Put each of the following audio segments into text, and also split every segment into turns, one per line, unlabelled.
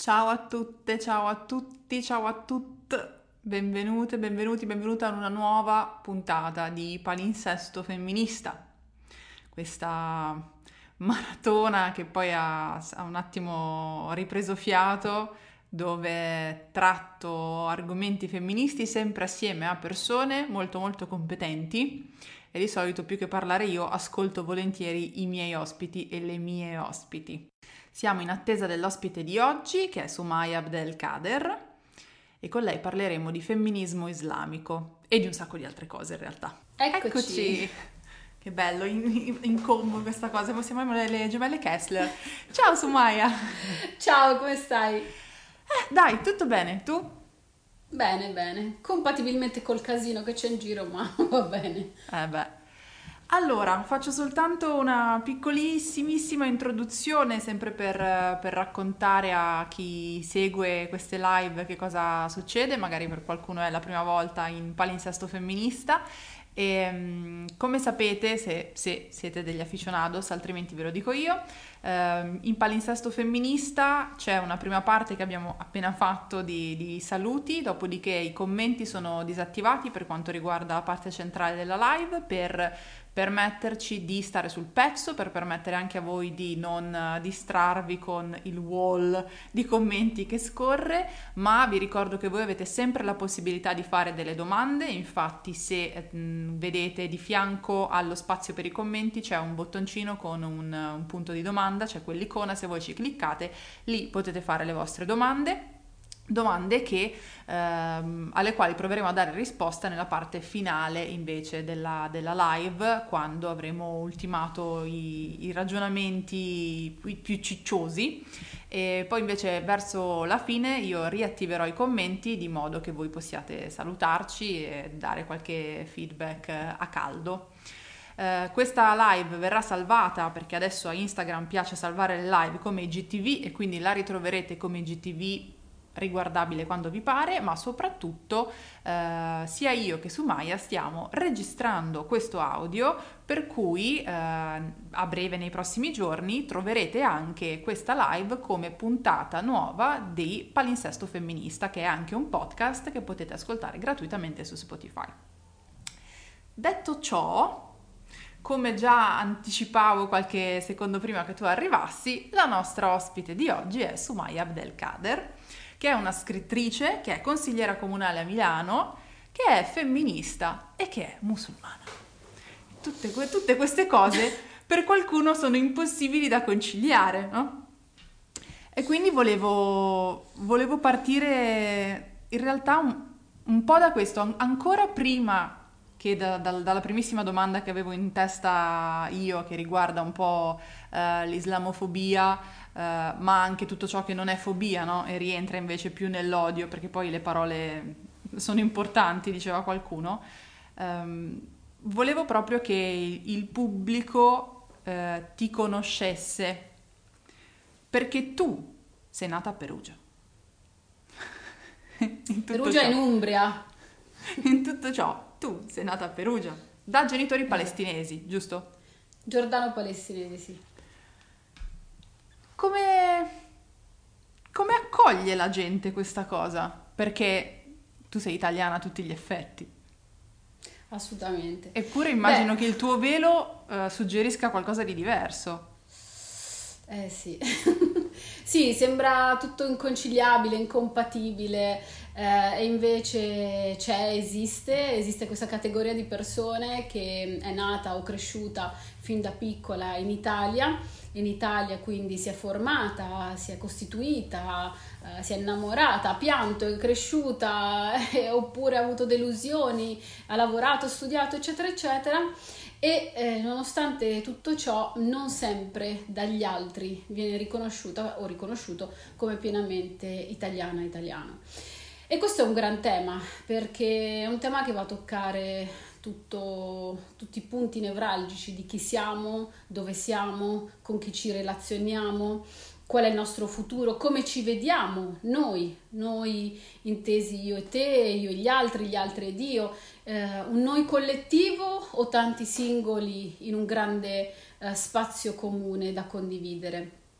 Ciao a tutte, ciao a tutti, ciao a tutte. Benvenute, benvenuti, benvenuta a una nuova puntata di Palinsesto Femminista. Questa maratona che poi ha un attimo ripreso fiato, dove tratto argomenti femministi sempre assieme a persone molto molto competenti e di solito più che parlare io ascolto volentieri i miei ospiti e le mie ospiti. Siamo in attesa dell'ospite di oggi, che è Sumaya Abdelkader, e con lei parleremo di femminismo islamico e di un sacco di altre cose in realtà.
Eccoci.
Eccoci! Che bello, in combo questa cosa, siamo le gemelle Kessler. Ciao Sumaya!
Ciao, come stai?
Dai, tutto bene, tu?
Bene, bene. Compatibilmente col casino che c'è in giro, ma va bene.
Beh. Allora, faccio soltanto una piccolissimissima introduzione, sempre per raccontare a chi segue queste live che cosa succede, magari per qualcuno è la prima volta in Palinsesto Femminista. Come sapete, se siete degli aficionados, altrimenti ve lo dico io, in Palinsesto Femminista c'è una prima parte che abbiamo appena fatto di saluti, dopodiché i commenti sono disattivati per quanto riguarda la parte centrale della live per permetterci di stare sul pezzo, per permettere anche a voi di non distrarvi con il wall di commenti che scorre, ma vi ricordo che voi avete sempre la possibilità di fare delle domande. Infatti se vedete di fianco allo spazio per i commenti c'è un bottoncino con un punto di domanda, c'è quell'icona, se voi ci cliccate lì potete fare le vostre domande che, alle quali proveremo a dare risposta nella parte finale invece della live, quando avremo ultimato i ragionamenti più cicciosi, e poi invece verso la fine io riattiverò i commenti di modo che voi possiate salutarci e dare qualche feedback a caldo. Questa live verrà salvata perché adesso a Instagram piace salvare le live come IGTV e quindi la ritroverete come IGTV riguardabile quando vi pare, ma soprattutto sia io che Sumaya stiamo registrando questo audio, per cui a breve nei prossimi giorni troverete anche questa live come puntata nuova di Palinsesto Femminista, che è anche un podcast che potete ascoltare gratuitamente su Spotify. Detto ciò, come già anticipavo qualche secondo prima che tu arrivassi, la nostra ospite di oggi è Sumaya Abdelkader, che è una scrittrice, che è consigliera comunale a Milano, che è femminista e che è musulmana. Tutte queste cose per qualcuno sono impossibili da conciliare, no? E quindi volevo partire in realtà un po' da questo, ancora prima che dalla primissima domanda che avevo in testa io, che riguarda un po' l'islamofobia, ma anche tutto ciò che non è fobia, no? E rientra invece più nell'odio, perché poi le parole sono importanti, diceva qualcuno. Volevo proprio che il pubblico ti conoscesse, perché tu sei nata a Perugia. In tutto
Perugia
ciò.
in Umbria.
In tutto ciò, tu sei nata a Perugia, da genitori palestinesi, giusto?
Giordano-palestinesi, sì.
Come, come accoglie la gente questa cosa? Perché tu sei italiana a tutti gli effetti.
Assolutamente.
Eppure
Beh,
immagino che il tuo velo suggerisca qualcosa di diverso.
sì. Sì, sembra tutto inconciliabile, incompatibile, e invece esiste questa categoria di persone che è nata o cresciuta fin da piccola in Italia quindi si è formata, si è costituita, si è innamorata, ha pianto, è cresciuta, oppure ha avuto delusioni, ha lavorato, studiato, eccetera, eccetera. E nonostante tutto ciò non sempre dagli altri viene riconosciuta o riconosciuto come pienamente italiano. E questo è un gran tema, perché è un tema che va a toccare tutti i punti nevralgici di chi siamo, dove siamo, con chi ci relazioniamo, qual è il nostro futuro, come ci vediamo noi intesi io e te, io e gli altri ed io, un noi collettivo o tanti singoli in un grande spazio comune da condividere.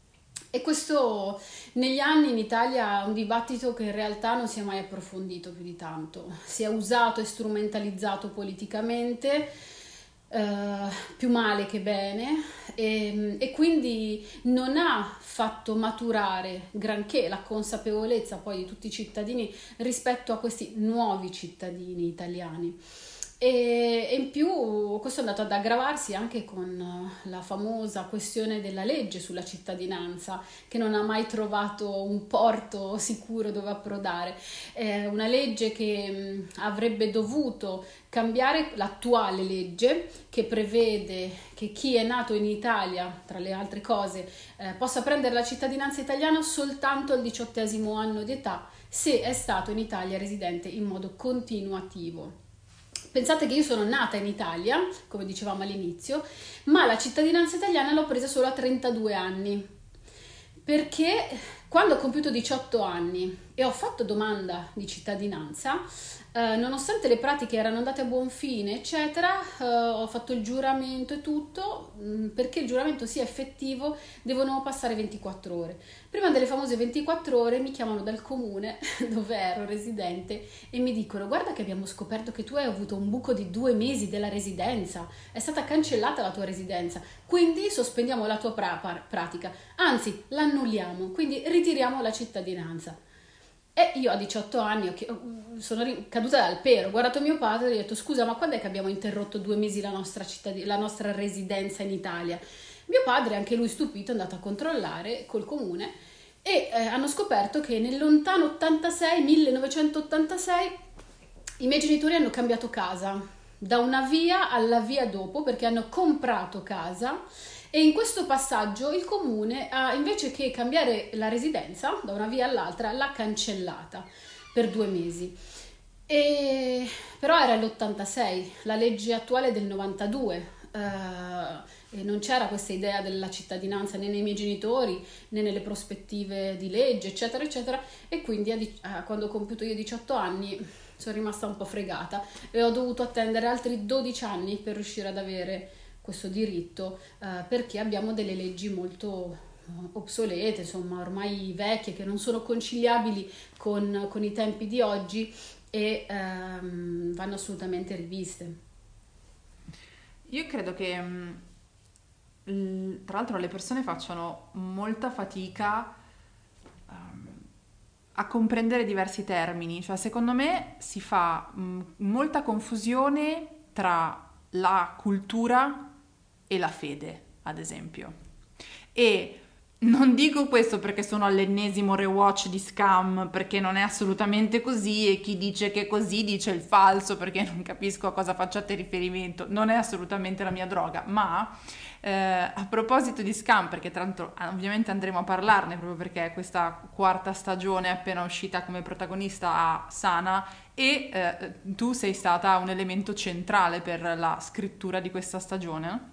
E questo negli anni in Italia è un dibattito che in realtà non si è mai approfondito più di tanto. Si è usato e strumentalizzato politicamente, più male che bene, e quindi non ha fatto maturare granché la consapevolezza poi di tutti i cittadini rispetto a questi nuovi cittadini italiani. E in più questo è andato ad aggravarsi anche con la famosa questione della legge sulla cittadinanza, che non ha mai trovato un porto sicuro dove approdare. È una legge che avrebbe dovuto cambiare l'attuale legge, che prevede che chi è nato in Italia, tra le altre cose, possa prendere la cittadinanza italiana soltanto al 18° anno di età, se è stato in Italia residente in modo continuativo. Pensate che io sono nata in Italia, come dicevamo all'inizio, ma la cittadinanza italiana l'ho presa solo a 32 anni, perché quando ho compiuto 18 anni e ho fatto domanda di cittadinanza, nonostante le pratiche erano andate a buon fine, eccetera, ho fatto il giuramento e tutto, perché il giuramento sia effettivo devono passare 24 ore. Prima delle famose 24 ore mi chiamano dal comune dove ero residente e mi dicono: guarda che abbiamo scoperto che tu hai avuto un buco di 2 mesi della residenza, è stata cancellata la tua residenza, quindi sospendiamo la tua pratica, anzi l'annulliamo, quindi ritiriamo la cittadinanza. E io a 18 anni sono caduta dal pero, ho guardato mio padre e gli ho detto: scusa, ma quando è che abbiamo interrotto 2 mesi la nostra residenza in Italia? Mio padre, anche lui stupito, è andato a controllare col comune e hanno scoperto che nel lontano 1986, i miei genitori hanno cambiato casa, da una via alla via dopo, perché hanno comprato casa. E in questo passaggio il comune ha, invece che cambiare la residenza da una via all'altra, l'ha cancellata per 2 mesi. Però era l'86, la legge attuale è del 92, e non c'era questa idea della cittadinanza né nei miei genitori né nelle prospettive di legge, eccetera, eccetera. E quindi quando ho compiuto io 18 anni sono rimasta un po' fregata e ho dovuto attendere altri 12 anni per riuscire ad avere questo diritto, perché abbiamo delle leggi molto obsolete, insomma, ormai vecchie, che non sono conciliabili con i tempi di oggi e vanno assolutamente riviste.
Io credo che tra l'altro le persone facciano molta fatica a comprendere diversi termini, cioè secondo me si fa molta confusione tra la cultura e la fede, ad esempio. E non dico questo perché sono all'ennesimo rewatch di Scam, perché non è assolutamente così, e chi dice che è così dice il falso, perché non capisco a cosa facciate riferimento, non è assolutamente la mia droga. Ma a proposito di Scam, perché tra l'altro ovviamente andremo a parlarne, proprio perché questa 4ª stagione è appena uscita, come protagonista a Sana, e tu sei stata un elemento centrale per la scrittura di questa stagione.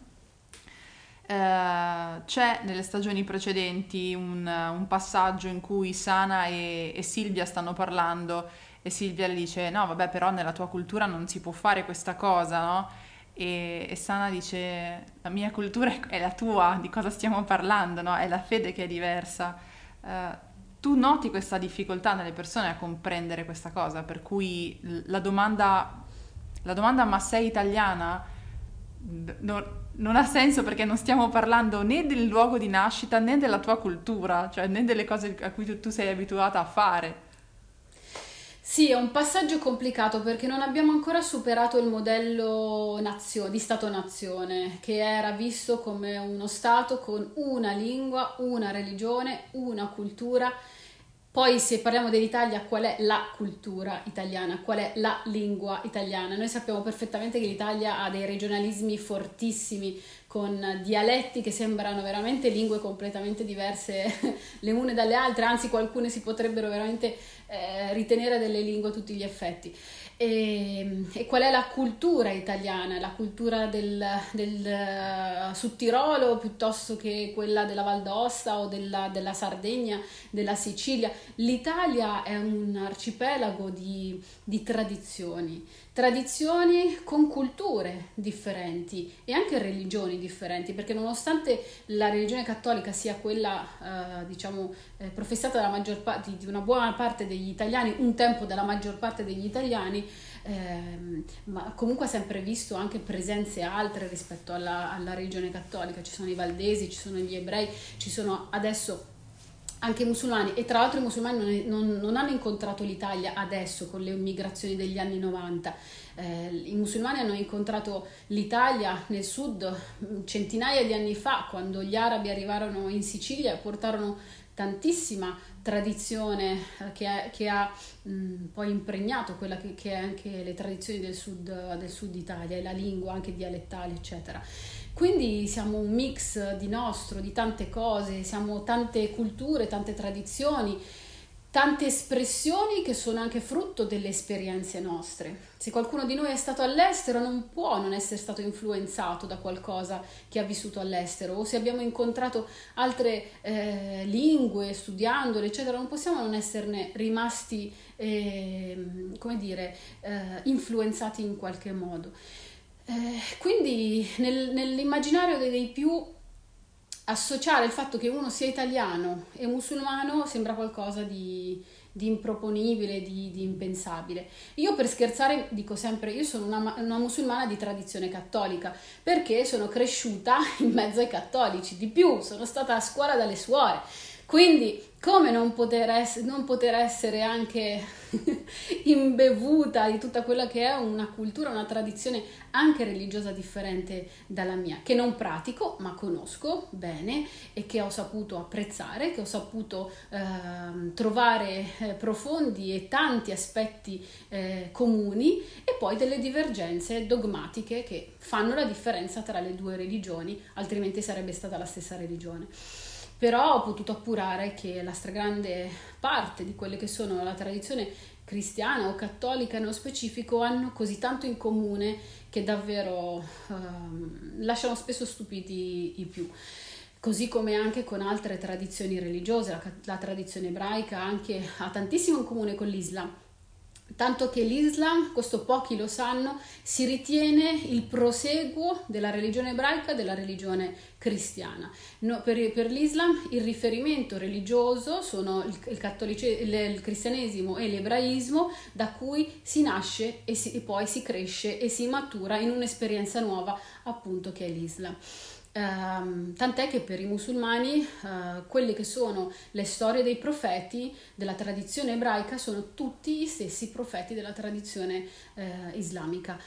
C'è nelle stagioni precedenti un passaggio in cui Sana e Silvia stanno parlando e Silvia le dice: no vabbè, però nella tua cultura non si può fare questa cosa, no? E Sana dice: la mia cultura è la tua, di cosa stiamo parlando, no? È la fede che è diversa. Tu noti questa difficoltà nelle persone a comprendere questa cosa, per cui la domanda ma sei italiana? Non ha senso, perché non stiamo parlando né del luogo di nascita né della tua cultura, cioè né delle cose a cui tu sei abituata a fare.
Sì, è un passaggio complicato perché non abbiamo ancora superato il modello di Stato-nazione, che era visto come uno Stato con una lingua, una religione, una cultura. Poi, se parliamo dell'Italia, qual è la cultura italiana, qual è la lingua italiana? Noi sappiamo perfettamente che l'Italia ha dei regionalismi fortissimi, con dialetti che sembrano veramente lingue completamente diverse le une dalle altre, anzi qualcune si potrebbero veramente ritenere delle lingue a tutti gli effetti. E qual è la cultura italiana? La cultura del Sud Tirolo piuttosto che quella della Val d'Aosta o della Sardegna, della Sicilia? L'Italia è un arcipelago di tradizioni con culture differenti e anche religioni tradizioni differenti, perché nonostante la religione cattolica sia quella, professata dalla maggior parte di una buona parte degli italiani, un tempo dalla maggior parte degli italiani, ma comunque ha sempre visto anche presenze altre rispetto alla religione cattolica. Ci sono i valdesi, ci sono gli ebrei, ci sono adesso anche i musulmani, e tra l'altro i musulmani non hanno incontrato l'Italia adesso con le migrazioni degli anni 90. I musulmani hanno incontrato l'Italia nel sud centinaia di anni fa, quando gli arabi arrivarono in Sicilia e portarono tantissima tradizione che ha poi impregnato quella che è anche le tradizioni del sud Italia, e la lingua anche dialettale, eccetera. Quindi siamo un mix di tante cose, siamo tante culture, tante tradizioni, tante espressioni che sono anche frutto delle esperienze nostre. Se qualcuno di noi è stato all'estero, non può non essere stato influenzato da qualcosa che ha vissuto all'estero, o se abbiamo incontrato altre lingue studiandole, eccetera, non possiamo non esserne rimasti influenzati in qualche modo. Quindi nell'immaginario dei più, associare il fatto che uno sia italiano e musulmano sembra qualcosa di improponibile, di impensabile. Io, per scherzare, dico sempre: io sono una musulmana di tradizione cattolica, perché sono cresciuta in mezzo ai cattolici. Di più, sono stata a scuola dalle suore, quindi come non poter essere anche imbevuta di tutta quella che è una cultura, una tradizione anche religiosa differente dalla mia, che non pratico ma conosco bene, e che ho saputo apprezzare, che ho saputo trovare profondi e tanti aspetti comuni, e poi delle divergenze dogmatiche che fanno la differenza tra le due religioni, altrimenti sarebbe stata la stessa religione. Però ho potuto appurare che la stragrande parte di quelle che sono la tradizione cristiana o cattolica nello specifico hanno così tanto in comune che davvero lasciano spesso stupiti i più. Così come anche con altre tradizioni religiose, la tradizione ebraica anche ha tantissimo in comune con l'Islam. Tanto che l'Islam, questo pochi lo sanno, si ritiene il proseguo della religione ebraica e della religione cristiana. No, per l'Islam il riferimento religioso sono il cristianesimo e l'ebraismo, da cui si nasce e poi si cresce e si matura in un'esperienza nuova, appunto, che è l'Islam. Tant'è che per i musulmani quelle che sono le storie dei profeti della tradizione ebraica sono tutti gli stessi profeti della tradizione islamica.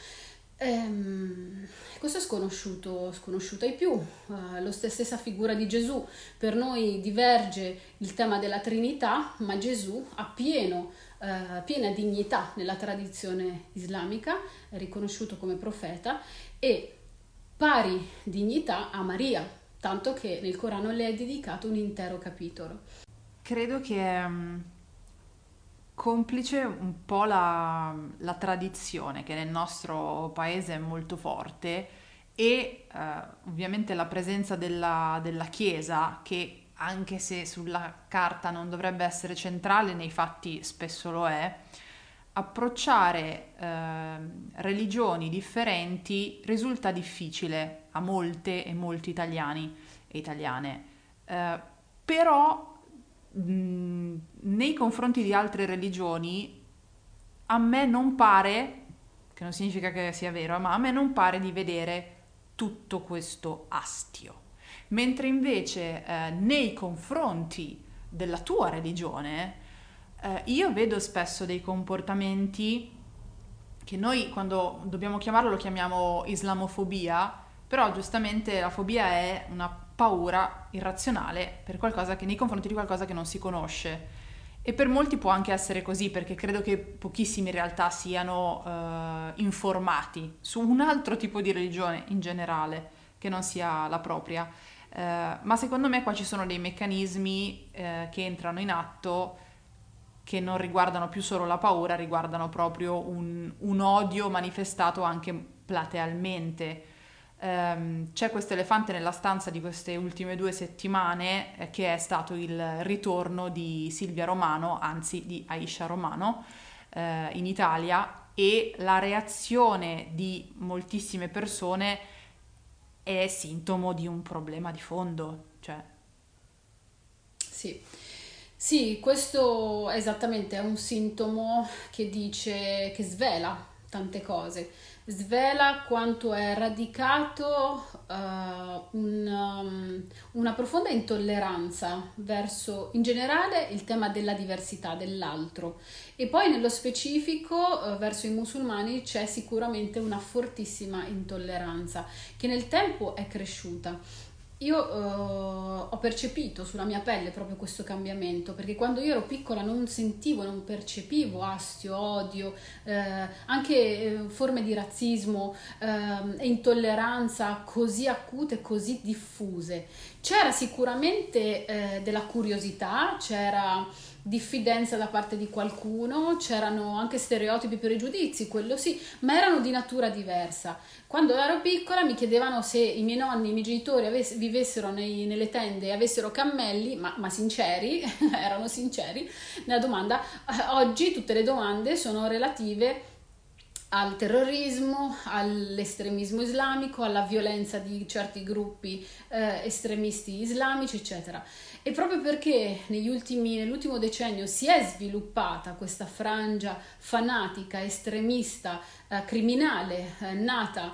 Questo è sconosciuto ai più. La stessa figura di Gesù, per noi diverge il tema della Trinità, ma Gesù ha piena dignità nella tradizione islamica, è riconosciuto come profeta, e pari dignità a Maria, tanto che nel Corano le è dedicato un intero capitolo.
Credo che è complice un po' la tradizione che nel nostro paese è molto forte, e ovviamente la presenza della Chiesa, che anche se sulla carta non dovrebbe essere centrale, nei fatti spesso lo è. Approcciare religioni differenti risulta difficile a molte e molti italiani e italiane. Però nei confronti di altre religioni a me non pare, che non significa che sia vero, ma a me non pare di vedere tutto questo astio. Mentre invece nei confronti della tua religione io vedo spesso dei comportamenti che noi, quando dobbiamo chiamarlo, lo chiamiamo islamofobia, però giustamente la fobia è una paura irrazionale per qualcosa che, nei confronti di qualcosa che non si conosce. E per molti può anche essere così, perché credo che pochissimi in realtà siano informati su un altro tipo di religione in generale, che non sia la propria. Ma secondo me qua ci sono dei meccanismi che entrano in atto, che non riguardano più solo la paura, riguardano proprio un odio manifestato anche platealmente. C'è questo elefante nella stanza di queste ultime 2 settimane, che è stato il ritorno di Silvia Romano, anzi di Aisha Romano, in Italia, e la reazione di moltissime persone è sintomo di un problema di fondo, cioè
Sì. Sì, questo esattamente è un sintomo che dice, che svela tante cose, svela quanto è radicato una profonda intolleranza verso in generale il tema della diversità dell'altro e poi nello specifico verso i musulmani c'è sicuramente una fortissima intolleranza che nel tempo è cresciuta. Io ho percepito sulla mia pelle proprio questo cambiamento, perché quando io ero piccola non sentivo, non percepivo astio, odio, anche forme di razzismo e intolleranza così acute, così diffuse. C'era sicuramente della curiosità, c'era diffidenza da parte di qualcuno, c'erano anche stereotipi, pregiudizi, quello sì, ma erano di natura diversa. Quando ero piccola mi chiedevano se i miei nonni, i miei genitori vivessero nelle tende e avessero cammelli, ma sinceri, erano sinceri nella domanda. Oggi tutte le domande sono relative al terrorismo, all'estremismo islamico, alla violenza di certi gruppi estremisti islamici, eccetera. E proprio perché nell'ultimo decennio si è sviluppata questa frangia fanatica, estremista, criminale, nata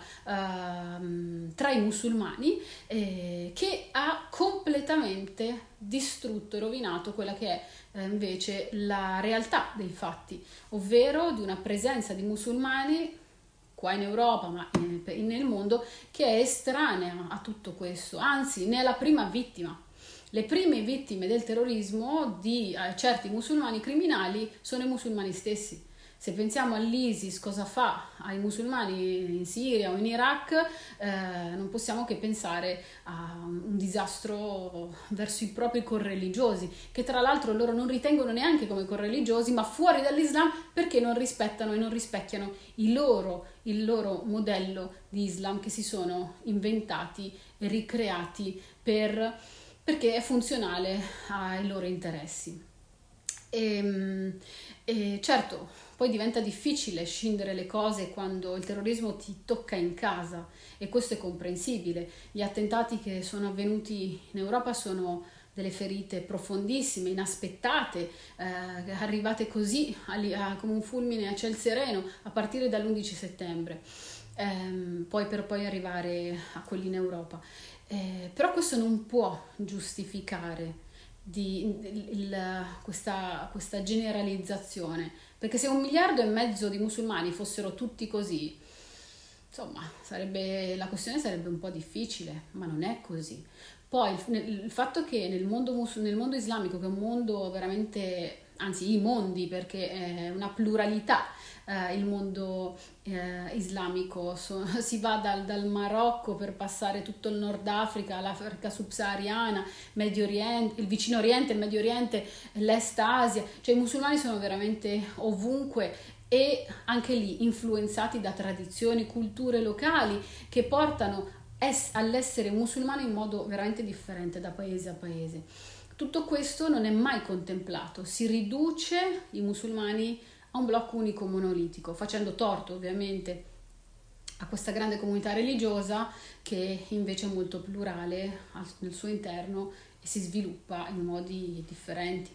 tra i musulmani, che ha completamente distrutto e rovinato quella che è invece la realtà dei fatti, ovvero di una presenza di musulmani qua in Europa, ma nel mondo, che è estranea a tutto questo, anzi ne è la prima vittima. Le prime vittime del terrorismo di certi musulmani criminali sono i musulmani stessi. Se pensiamo all'ISIS, cosa fa ai musulmani in Siria o in Iraq, non possiamo che pensare a un disastro verso i propri correligiosi, che tra l'altro loro non ritengono neanche come correligiosi, ma fuori dall'Islam perché non rispettano e non rispecchiano il loro modello di Islam che si sono inventati e ricreati perché è funzionale ai loro interessi. E certo, poi diventa difficile scindere le cose quando il terrorismo ti tocca in casa e questo è comprensibile. Gli attentati che sono avvenuti in Europa sono delle ferite profondissime, inaspettate, arrivate così come un fulmine a ciel sereno a partire dall'11 settembre, per poi arrivare a quelli in Europa. Però questo non può giustificare questa generalizzazione, perché se 1,5 miliardi di musulmani fossero tutti così, insomma, la questione sarebbe un po' difficile, ma non è così. Poi il fatto che nel mondo islamico, che è un mondo veramente, anzi i mondi, perché è una pluralità, il mondo islamico, si va dal Marocco per passare tutto il Nord Africa, l'Africa subsahariana, Medio Oriente, il Vicino Oriente, il Medio Oriente, l'Est Asia, cioè i musulmani sono veramente ovunque e anche lì influenzati da tradizioni, culture locali che portano all'essere musulmano in modo veramente differente da paese a paese. Tutto questo non è mai contemplato, si riduce i musulmani a un blocco unico monolitico, facendo torto ovviamente a questa grande comunità religiosa che invece è molto plurale nel suo interno e si sviluppa in modi differenti.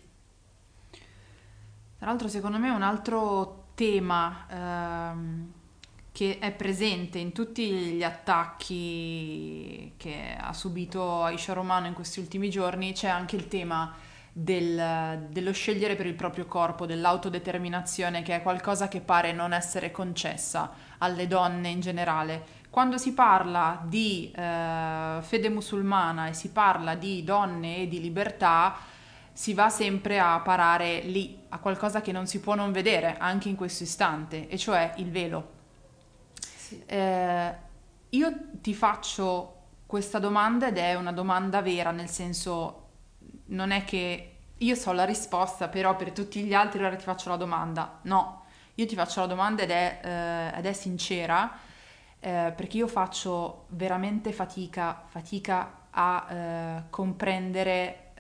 tra l'altro secondo me un altro tema che è presente in tutti gli attacchi che ha subito Aisha Romano in questi ultimi giorni, c'è anche il tema dello scegliere per il proprio corpo, dell'autodeterminazione, che è qualcosa che pare non essere concessa alle donne in generale. Quando si parla di fede musulmana e si parla di donne e di libertà, si va sempre a parare lì, a qualcosa che non si può non vedere anche in questo istante, e cioè il velo.
Sì.
Eh, io ti faccio questa domanda ed è una domanda vera, nel senso non è che io so la risposta, però per tutti gli altri ora ti faccio la domanda. No, io ti faccio la domanda ed è sincera, perché io faccio veramente fatica a comprendere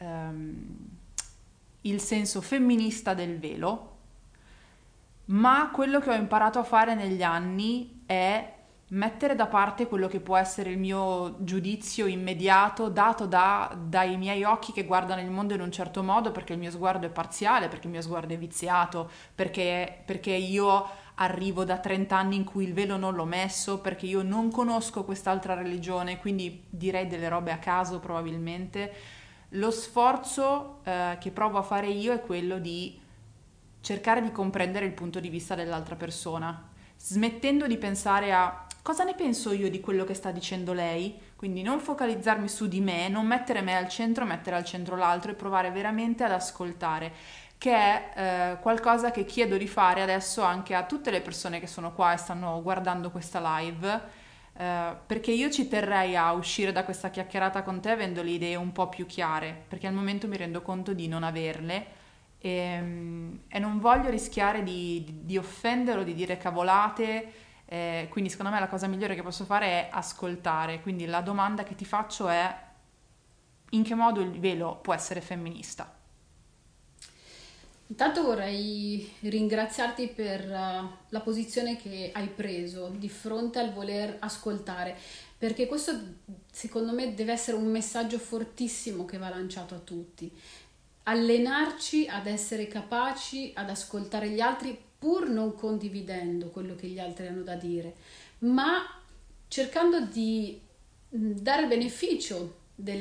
il senso femminista del velo, ma quello che ho imparato a fare negli anni è mettere da parte quello che può essere il mio giudizio immediato dato dai miei occhi che guardano il mondo in un certo modo, perché il mio sguardo è parziale, perché il mio sguardo è viziato, perché io arrivo da 30 anni in cui il velo non l'ho messo, perché io non conosco quest'altra religione, quindi direi delle robe a caso probabilmente. Lo sforzo che provo a fare io è quello di cercare di comprendere il punto di vista dell'altra persona, smettendo di pensare a cosa ne penso io di quello che sta dicendo lei, quindi non focalizzarmi su di me, non mettere me al centro, mettere al centro l'altro e provare veramente ad ascoltare, che è qualcosa che chiedo di fare adesso anche a tutte le persone che sono qua e stanno guardando questa live. Perché io ci terrei a uscire da questa chiacchierata con te avendo le idee un po' più chiare, perché al momento mi rendo conto di non averle e non voglio rischiare di offendere o di dire cavolate, quindi secondo me la cosa migliore che posso fare è ascoltare. Quindi la domanda che ti faccio è: in che modo il velo può essere femminista?
Intanto vorrei ringraziarti per la posizione che hai preso di fronte al voler ascoltare, perché questo secondo me deve essere un messaggio fortissimo che va lanciato a tutti. Allenarci ad essere capaci ad ascoltare gli altri pur non condividendo quello che gli altri hanno da dire, ma cercando di dare il beneficio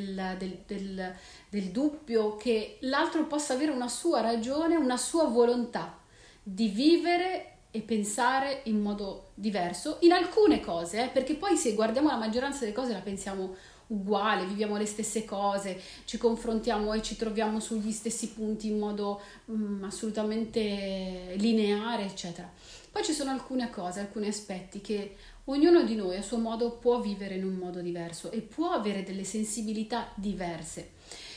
del dubbio che l'altro possa avere una sua ragione, una sua volontà di vivere e pensare in modo diverso in alcune cose, perché poi se guardiamo la maggioranza delle cose la pensiamo uguale, viviamo le stesse cose, ci confrontiamo e ci troviamo sugli stessi punti in modo assolutamente lineare, eccetera. Poi ci sono alcune cose, alcuni aspetti che ognuno di noi a suo modo può vivere in un modo diverso e può avere delle sensibilità diverse.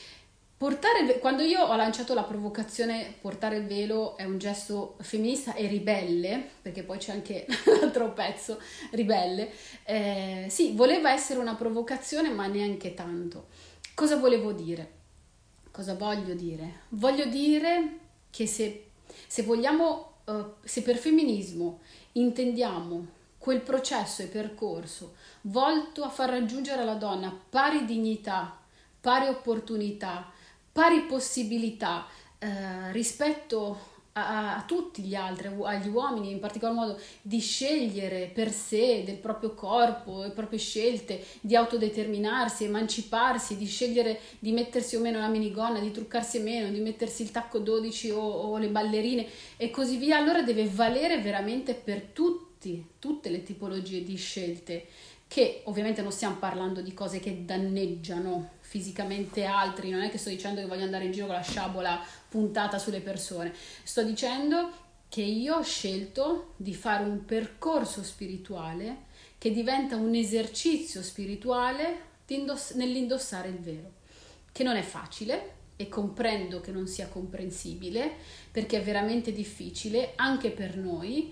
Quando io ho lanciato la provocazione portare il velo è un gesto femminista e ribelle, perché poi c'è anche l'altro pezzo ribelle, sì, voleva essere una provocazione ma neanche tanto. Cosa volevo dire? Cosa voglio dire? Voglio dire che se vogliamo, se per femminismo intendiamo quel processo e percorso volto a far raggiungere alla donna pari dignità, pari opportunità, pari possibilità rispetto a tutti gli altri, agli uomini in particolar modo, di scegliere per sé del proprio corpo, le proprie scelte, di autodeterminarsi, emanciparsi, di scegliere di mettersi o meno la minigonna, di truccarsi o meno, di mettersi il tacco 12 o le ballerine e così via, allora deve valere veramente per tutte le tipologie di scelte, che ovviamente non stiamo parlando di cose che danneggiano fisicamente altri, non è che sto dicendo che voglio andare in giro con la sciabola puntata sulle persone, sto dicendo che io ho scelto di fare un percorso spirituale che diventa un esercizio spirituale nell'indossare il velo, che non è facile e comprendo che non sia comprensibile perché è veramente difficile anche per noi.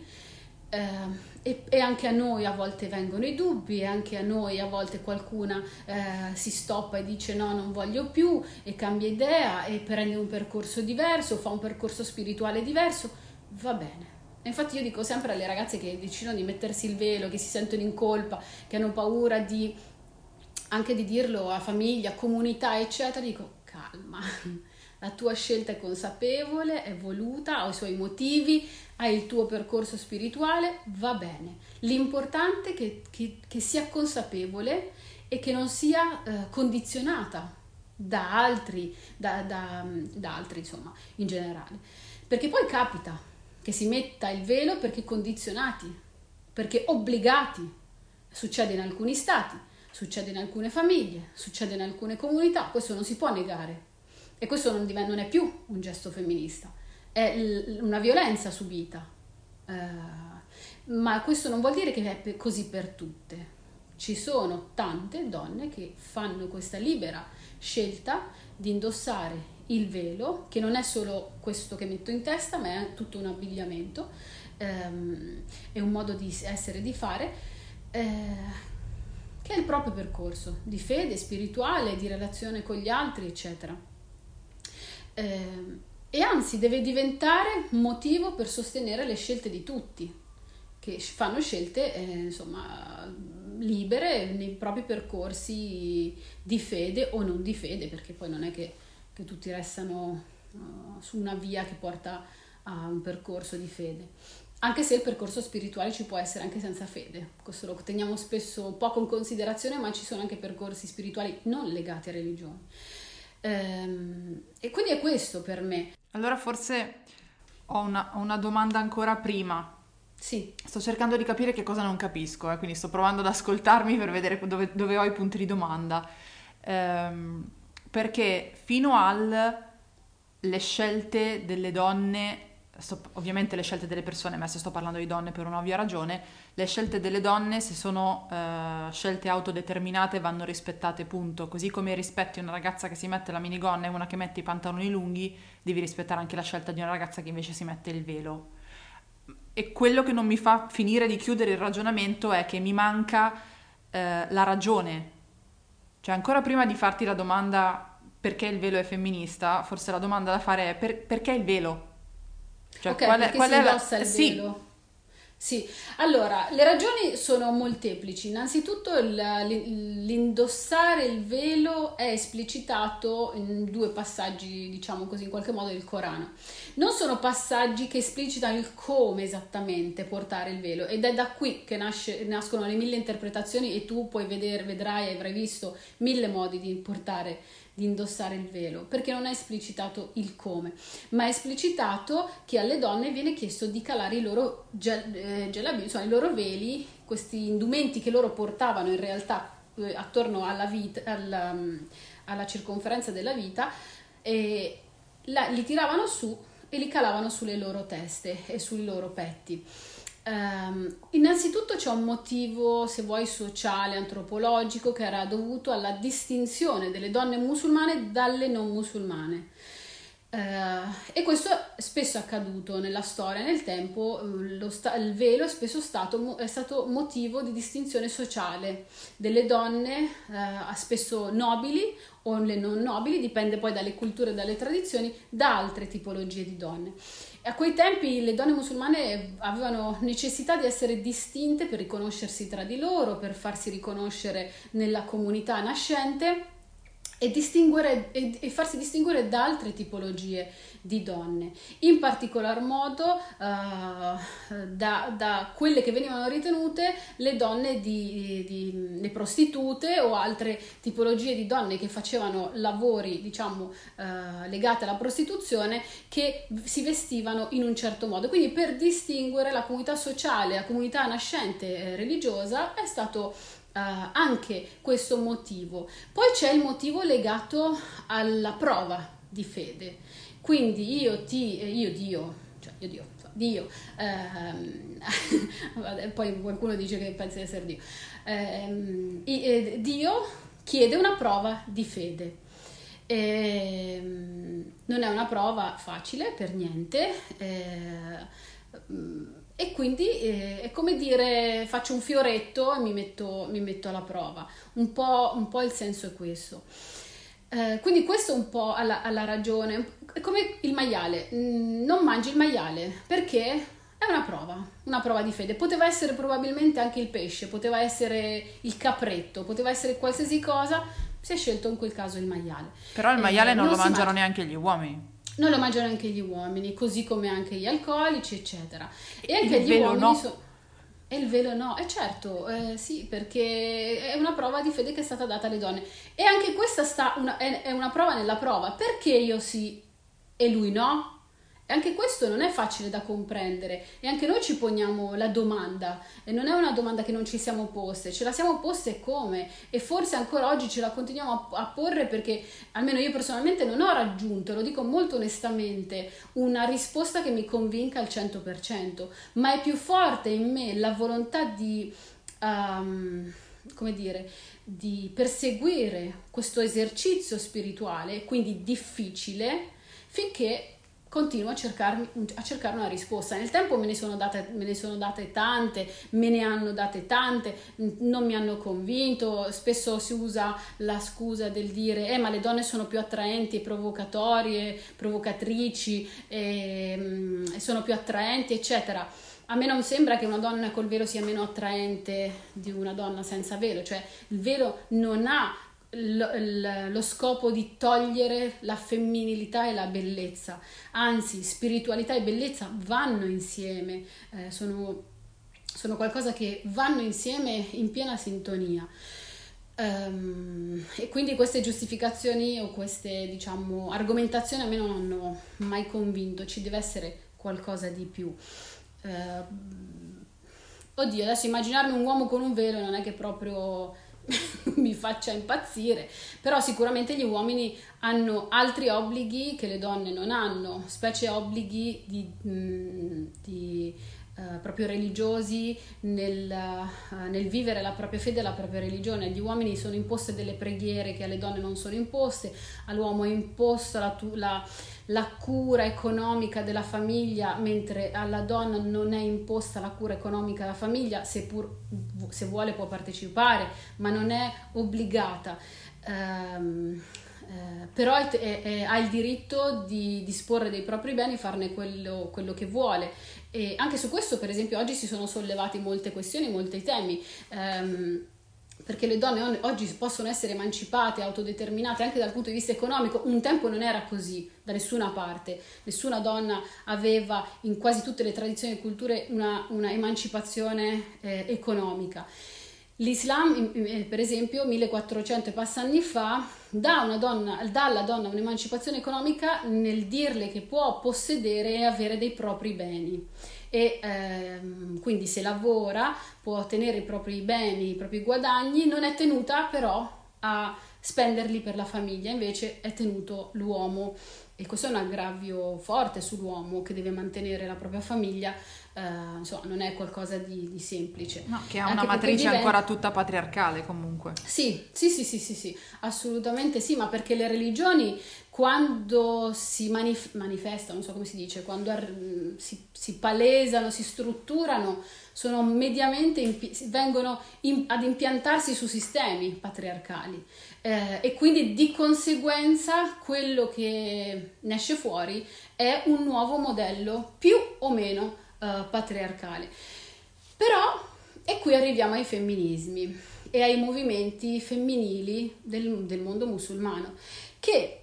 E anche a noi a volte vengono i dubbi e anche a noi a volte qualcuna si stoppa e dice no, non voglio più e cambia idea e prende un percorso diverso, fa un percorso spirituale diverso, va bene. E infatti io dico sempre alle ragazze che decidono di mettersi il velo, che si sentono in colpa, che hanno paura anche di dirlo a famiglia, a comunità eccetera, dico calma, la tua scelta è consapevole, è voluta, ha i suoi motivi, hai il tuo percorso spirituale, va bene. L'importante è che sia consapevole e che non sia condizionata da altri, da altri, insomma, in generale. Perché poi capita che si metta il velo perché condizionati, perché obbligati. Succede in alcuni stati, succede in alcune famiglie, succede in alcune comunità, questo non si può negare. E questo non è più un gesto femminista, è una violenza subita. Ma questo non vuol dire che è così per tutte. Ci sono tante donne che fanno questa libera scelta di indossare il velo, che non è solo questo che metto in testa, ma è tutto un abbigliamento, è un modo di essere e di fare, che è il proprio percorso di fede spirituale, di relazione con gli altri, eccetera. E anzi deve diventare un motivo per sostenere le scelte di tutti, che fanno scelte insomma libere nei propri percorsi di fede o non di fede, perché poi non è che tutti restano su una via che porta a un percorso di fede, anche se il percorso spirituale ci può essere anche senza fede. Questo lo teniamo spesso poco in considerazione, ma ci sono anche percorsi spirituali non legati a religione. E quindi è questo per me.
Allora forse ho una domanda ancora prima.
Sì.
Sto cercando di capire che cosa non capisco, quindi sto provando ad ascoltarmi per vedere dove ho i punti di domanda. Perché fino le scelte delle donne, ovviamente le scelte delle persone, ma se sto parlando di donne per un'ovvia ragione, le scelte delle donne, se sono scelte autodeterminate, vanno rispettate, punto. Così come rispetti una ragazza che si mette la minigonna e una che mette i pantaloni lunghi, devi rispettare anche la scelta di una ragazza che invece si mette il velo. E quello che non mi fa finire di chiudere il ragionamento è che mi manca la ragione. Cioè, ancora prima di farti la domanda perché il velo è femminista, forse la domanda da fare è perché il velo? Cioè,
Ok, perché si indossa il
sì.
velo? Sì, allora le ragioni sono molteplici. Innanzitutto l'indossare il velo è esplicitato in due passaggi, diciamo così, in qualche modo del Corano. Non sono passaggi che esplicitano il come esattamente portare il velo, ed è da qui che nascono le mille interpretazioni, e tu puoi vedrai, avrai visto mille modi di indossare il velo, perché non è esplicitato il come, ma è esplicitato che alle donne viene chiesto di calare i loro jalabi, insomma i loro veli, questi indumenti che loro portavano in realtà attorno alla vita, alla circonferenza della vita, e li tiravano su e li calavano sulle loro teste e sui loro petti. Innanzitutto c'è un motivo, se vuoi, sociale, antropologico, che era dovuto alla distinzione delle donne musulmane dalle non musulmane. E questo spesso è accaduto nella storia, nel tempo. Il velo è spesso è stato motivo di distinzione sociale delle donne, spesso nobili o le non nobili, dipende poi dalle culture e dalle tradizioni, da altre tipologie di donne. A quei tempi le donne musulmane avevano necessità di essere distinte per riconoscersi tra di loro, per farsi riconoscere nella comunità nascente e farsi distinguere da altre tipologie di donne, in particolar modo da quelle che venivano ritenute le donne le prostitute o altre tipologie di donne che facevano lavori, diciamo, legati alla prostituzione, che si vestivano in un certo modo. Quindi per distinguere la comunità sociale, la comunità nascente religiosa, è stato anche questo motivo. Poi c'è il motivo legato alla prova di fede. Quindi Dio, poi qualcuno dice che pensa di essere Dio. Dio chiede una prova di fede. Non è una prova facile per niente. E quindi è come dire: faccio un fioretto e mi metto alla prova. Un po' il senso è questo. Quindi questo un po' alla ragione. È come il maiale: non mangi il maiale perché è una prova di fede. Poteva essere probabilmente anche il pesce, poteva essere il capretto, poteva essere qualsiasi cosa. Si è scelto in quel caso il maiale.
Però il maiale non lo mangiano
mangia.
neanche gli uomini.
Non lo mangiano anche gli uomini, così come anche gli alcolici, eccetera. E anche
Il
gli
velo
uomini
no.
E il velo no, e certo, sì, perché è una prova di fede che è stata data alle donne. E anche questa è una prova nella prova. Perché io sì e lui no? E anche questo non è facile da comprendere, e anche noi ci poniamo la domanda, e non è una domanda che non ci siamo poste, ce la siamo poste come, e forse ancora oggi ce la continuiamo a porre, perché almeno io personalmente non ho raggiunto, lo dico molto onestamente, una risposta che mi convinca al 100%, ma è più forte in me la volontà come dire, di perseguire questo esercizio spirituale, quindi difficile, finché continuo a cercare una risposta. Nel tempo me ne sono date tante, me ne hanno date tante, non mi hanno convinto. Spesso si usa la scusa del dire ma le donne sono più attraenti e provocatorie, provocatrici, e sono più attraenti, eccetera. A me non sembra che una donna col velo sia meno attraente di una donna senza velo, cioè il velo non ha lo scopo di togliere la femminilità e la bellezza, anzi spiritualità e bellezza vanno insieme, sono qualcosa che vanno insieme in piena sintonia. E quindi queste giustificazioni o queste, diciamo, argomentazioni a me non hanno mai convinto, ci deve essere qualcosa di più. Oddio, adesso immaginarmi un uomo con un velo non è che proprio mi faccia impazzire, però sicuramente gli uomini hanno altri obblighi che le donne non hanno, specie obblighi proprio religiosi nel vivere la propria fede e la propria religione. Agli uomini sono imposte delle preghiere che alle donne non sono imposte, all'uomo è imposta la cura economica della famiglia, mentre alla donna non è imposta la cura economica della famiglia, seppur se vuole può partecipare, ma non è obbligata. Però ha il diritto di disporre dei propri beni, farne quello che vuole. E anche su questo, per esempio, oggi si sono sollevati molte questioni, molti temi, perché le donne oggi possono essere emancipate, autodeterminate anche dal punto di vista economico. Un tempo non era così da nessuna parte, nessuna donna aveva in quasi tutte le tradizioni e culture una emancipazione economica. L'Islam, per esempio, 1400 e passa anni fa, dà alla donna un'emancipazione economica nel dirle che può possedere e avere dei propri beni. E quindi se lavora può ottenere i propri beni, i propri guadagni, non è tenuta però a spenderli per la famiglia, invece è tenuto l'uomo. E questo è un aggravio forte sull'uomo che deve mantenere la propria famiglia, insomma non è qualcosa di semplice.
No, che ha una matrice ancora tutta patriarcale comunque.
Sì, assolutamente sì, ma perché le religioni quando si manifestano, non so come si dice, quando si palesano, si strutturano, sono mediamente vengono ad impiantarsi su sistemi patriarcali. E quindi di conseguenza quello che ne esce fuori è un nuovo modello più o meno patriarcale. Però, e qui arriviamo ai femminismi e ai movimenti femminili del mondo musulmano, che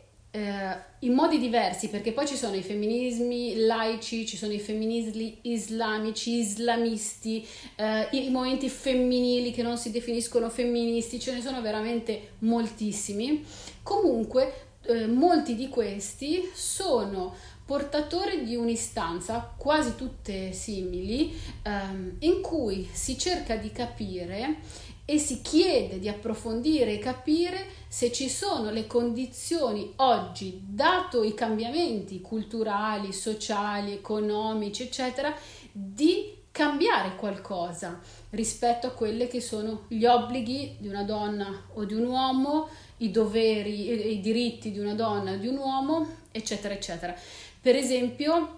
in modi diversi, perché poi ci sono i femminismi laici, ci sono i femminismi islamici, islamisti, i movimenti femminili che non si definiscono femministi, ce ne sono veramente moltissimi. Comunque molti di questi sono portatori di un'istanza, quasi tutte simili, in cui si cerca di capire e si chiede di approfondire e capire se ci sono le condizioni oggi, dato i cambiamenti culturali, sociali, economici, eccetera, di cambiare qualcosa rispetto a quelle che sono gli obblighi di una donna o di un uomo, i doveri e i diritti di una donna o di un uomo, eccetera, eccetera. Per esempio,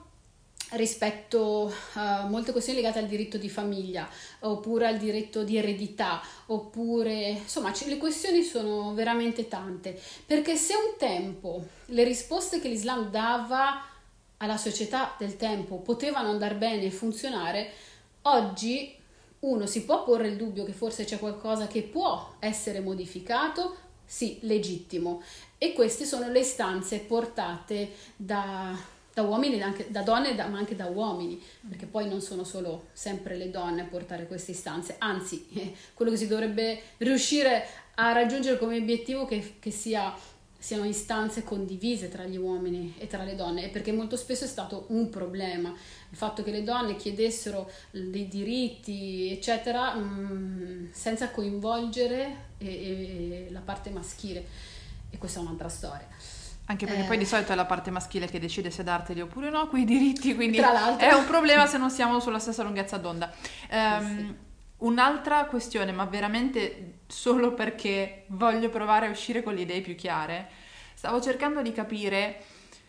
rispetto a molte questioni legate al diritto di famiglia oppure al diritto di eredità, oppure insomma le questioni sono veramente tante, perché se un tempo le risposte che l'Islam dava alla società del tempo potevano andare bene e funzionare, oggi uno si può porre il dubbio che forse c'è qualcosa che può essere modificato, sì, legittimo, e queste sono le istanze portate da uomini, anche da donne, ma anche da uomini, perché poi non sono solo sempre le donne a portare queste istanze, anzi quello che si dovrebbe riuscire a raggiungere come obiettivo che siano istanze condivise tra gli uomini e tra le donne, perché molto spesso è stato un problema il fatto che le donne chiedessero dei diritti eccetera senza coinvolgere la parte maschile, e questa è un'altra storia.
Anche perché poi di solito è la parte maschile che decide se darteli oppure no quei diritti, quindi
tra l'altro
è un problema se non siamo sulla stessa lunghezza d'onda.
Sì.
Un'altra questione, ma veramente solo perché voglio provare a uscire con le idee più chiare, stavo cercando di capire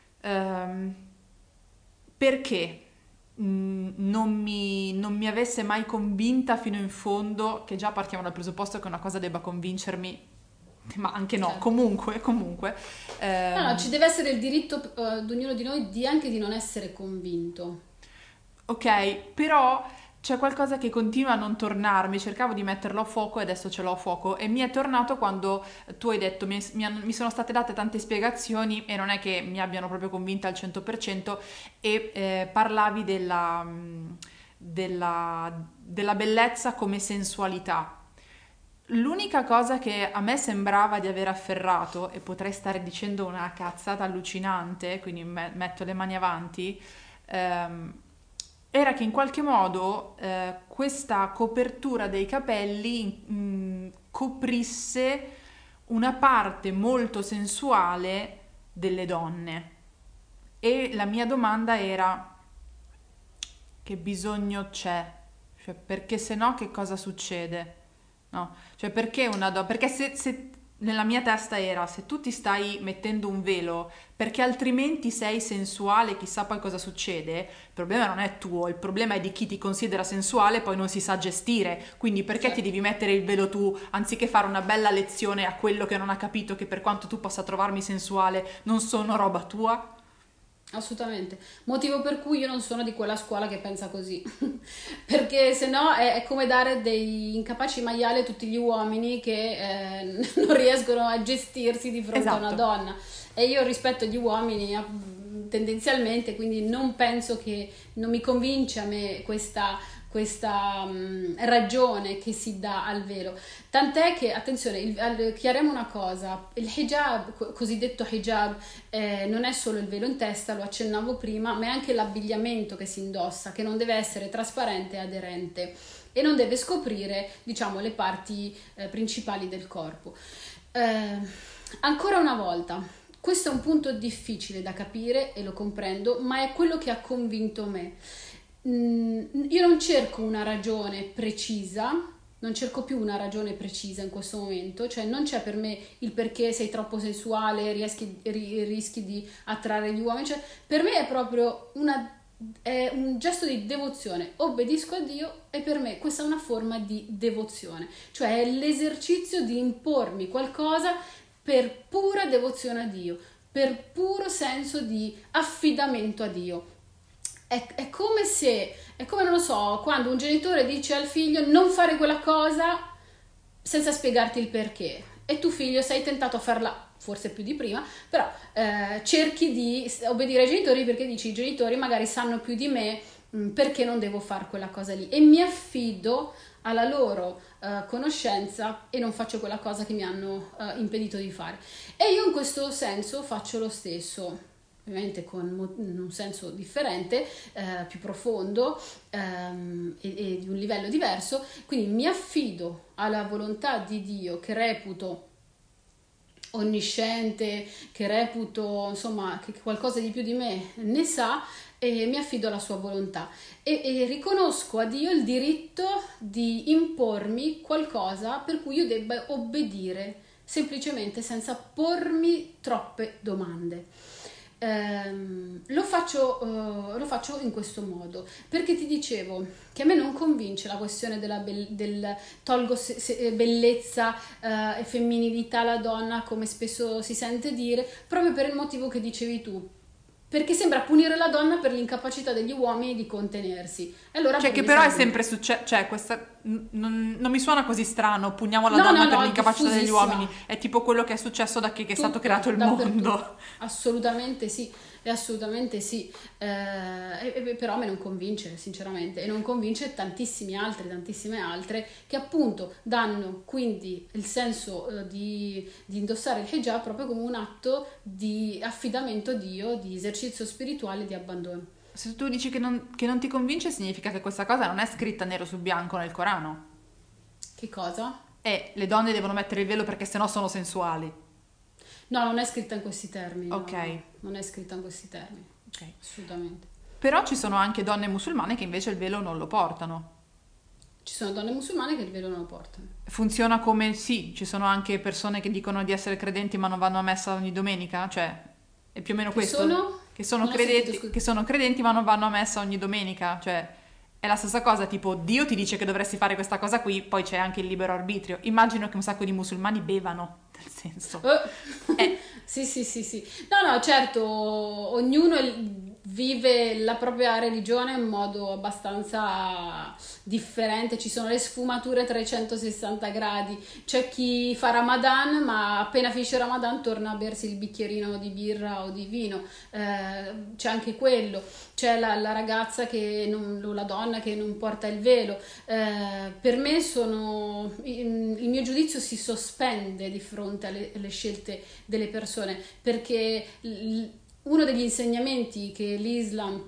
perché non mi avesse mai convinta fino in fondo, che già partiamo dal presupposto che una cosa debba convincermi, ma anche no,
Certo.
comunque.
No, ci deve essere il diritto di ognuno di noi anche di non essere convinto.
Ok, però c'è qualcosa che continua a non tornarmi, cercavo di metterlo a fuoco e adesso ce l'ho a fuoco e mi è tornato quando tu hai detto, mi sono state date tante spiegazioni e non è che mi abbiano proprio convinta al 100% e parlavi della bellezza come sensualità. L'unica cosa che a me sembrava di aver afferrato, e potrei stare dicendo una cazzata allucinante, quindi metto le mani avanti, ehm, era che in qualche modo questa copertura dei capelli coprisse una parte molto sensuale delle donne. E la mia domanda era: che bisogno c'è? Cioè, perché se no che cosa succede? No, cioè perché una donna? Perché se nella mia testa era se tu ti stai mettendo un velo perché altrimenti sei sensuale, chissà poi cosa succede, il problema non è tuo, il problema è di chi ti considera sensuale e poi non si sa gestire. Quindi perché ti
Certo.
devi mettere il velo tu anziché fare una bella lezione a quello che non ha capito che per quanto tu possa trovarmi sensuale non sono roba tua?
Assolutamente, motivo per cui io non sono di quella scuola che pensa così, perché se no è come dare dei incapaci maiali a tutti gli uomini che non riescono a gestirsi di fronte a una
Esatto.
donna. E io rispetto gli uomini tendenzialmente, quindi non penso che, non mi convince a me questa ragione che si dà al velo. Tant'è che, attenzione, chiariamo una cosa, il hijab, cosiddetto hijab, non è solo il velo in testa, lo accennavo prima, ma è anche l'abbigliamento che si indossa, che non deve essere trasparente e aderente e non deve scoprire, diciamo, le parti principali del corpo. Eh, Ancora una volta, questo è un punto difficile da capire e lo comprendo, ma è quello che ha convinto me. Io non cerco una ragione precisa, non cerco più una ragione precisa in questo momento, cioè non c'è per me il perché sei troppo sensuale, rischi di attrarre gli uomini, cioè per me è proprio è un gesto di devozione, obbedisco a Dio e per me questa è una forma di devozione, cioè è l'esercizio di impormi qualcosa per pura devozione a Dio, per puro senso di affidamento a Dio. È come se, è come non lo so, quando un genitore dice al figlio non fare quella cosa senza spiegarti il perché. E tu figlio sei tentato a farla, forse più di prima, però cerchi di obbedire ai genitori perché dici i genitori magari sanno più di me perché non devo fare quella cosa lì. E mi affido alla loro conoscenza e non faccio quella cosa che mi hanno impedito di fare. E io in questo senso faccio lo stesso, ovviamente con un senso differente, più profondo e di un livello diverso, quindi mi affido alla volontà di Dio che reputo onnisciente, che reputo insomma che qualcosa di più di me ne sa e mi affido alla sua volontà e riconosco a Dio il diritto di impormi qualcosa per cui io debba obbedire semplicemente senza pormi troppe domande. Lo faccio in questo modo perché ti dicevo che a me non convince la questione del tolgo bellezza e femminilità alla donna come spesso si sente dire proprio per il motivo che dicevi tu, perché sembra punire la donna per l'incapacità degli uomini di contenersi e allora
Cioè,
per
che
me
però è
sarebbe
sempre successo, cioè, non mi suona così strano, pugniamo la
no no
donna per
no, è
l'incapacità degli uomini,
diffusissima.
è tipo quello che è successo da che è stato creato
Tutto,
il
dappertutto,
mondo.
assolutamente sì, e assolutamente sì. Però me non convince sinceramente e non convince tantissime altre che appunto danno quindi il senso di indossare il hijab proprio come un atto di affidamento a Dio, di esercizio spirituale, di abbandono.
Se tu dici che non ti convince, significa che questa cosa non è scritta nero su bianco nel Corano.
Che cosa?
E le donne devono mettere il velo perché sennò sono sensuali.
No, non è scritta in questi termini, no,
Ok,
no, non è scritta in questi termini,
ok.
assolutamente.
Però ci sono anche donne musulmane che invece il velo non lo portano.
Ci sono donne musulmane che il velo non lo portano.
Funziona come sì, ci sono anche persone che dicono di essere credenti ma non vanno a messa ogni domenica, cioè è più o meno
Che
questo,
sono?
che sono
Non ho sentito,
credenti,
scusa.
che sono credenti ma non vanno a messa ogni domenica, cioè è la stessa cosa, tipo Dio ti dice che dovresti fare questa cosa qui, poi c'è anche il libero arbitrio. Immagino che un sacco di musulmani bevano, nel senso.
Eh.
Eh,
Sì, sì, sì, sì. No, no, certo, ognuno vive la propria religione in modo abbastanza differente, ci sono le sfumature a 360 gradi, c'è chi fa Ramadan ma appena finisce Ramadan torna a bersi il bicchierino di birra o di vino, c'è anche quello, c'è la ragazza o la donna che non porta il velo. Per me il mio giudizio si sospende di fronte alle scelte delle persone, perché uno degli insegnamenti che l'Islam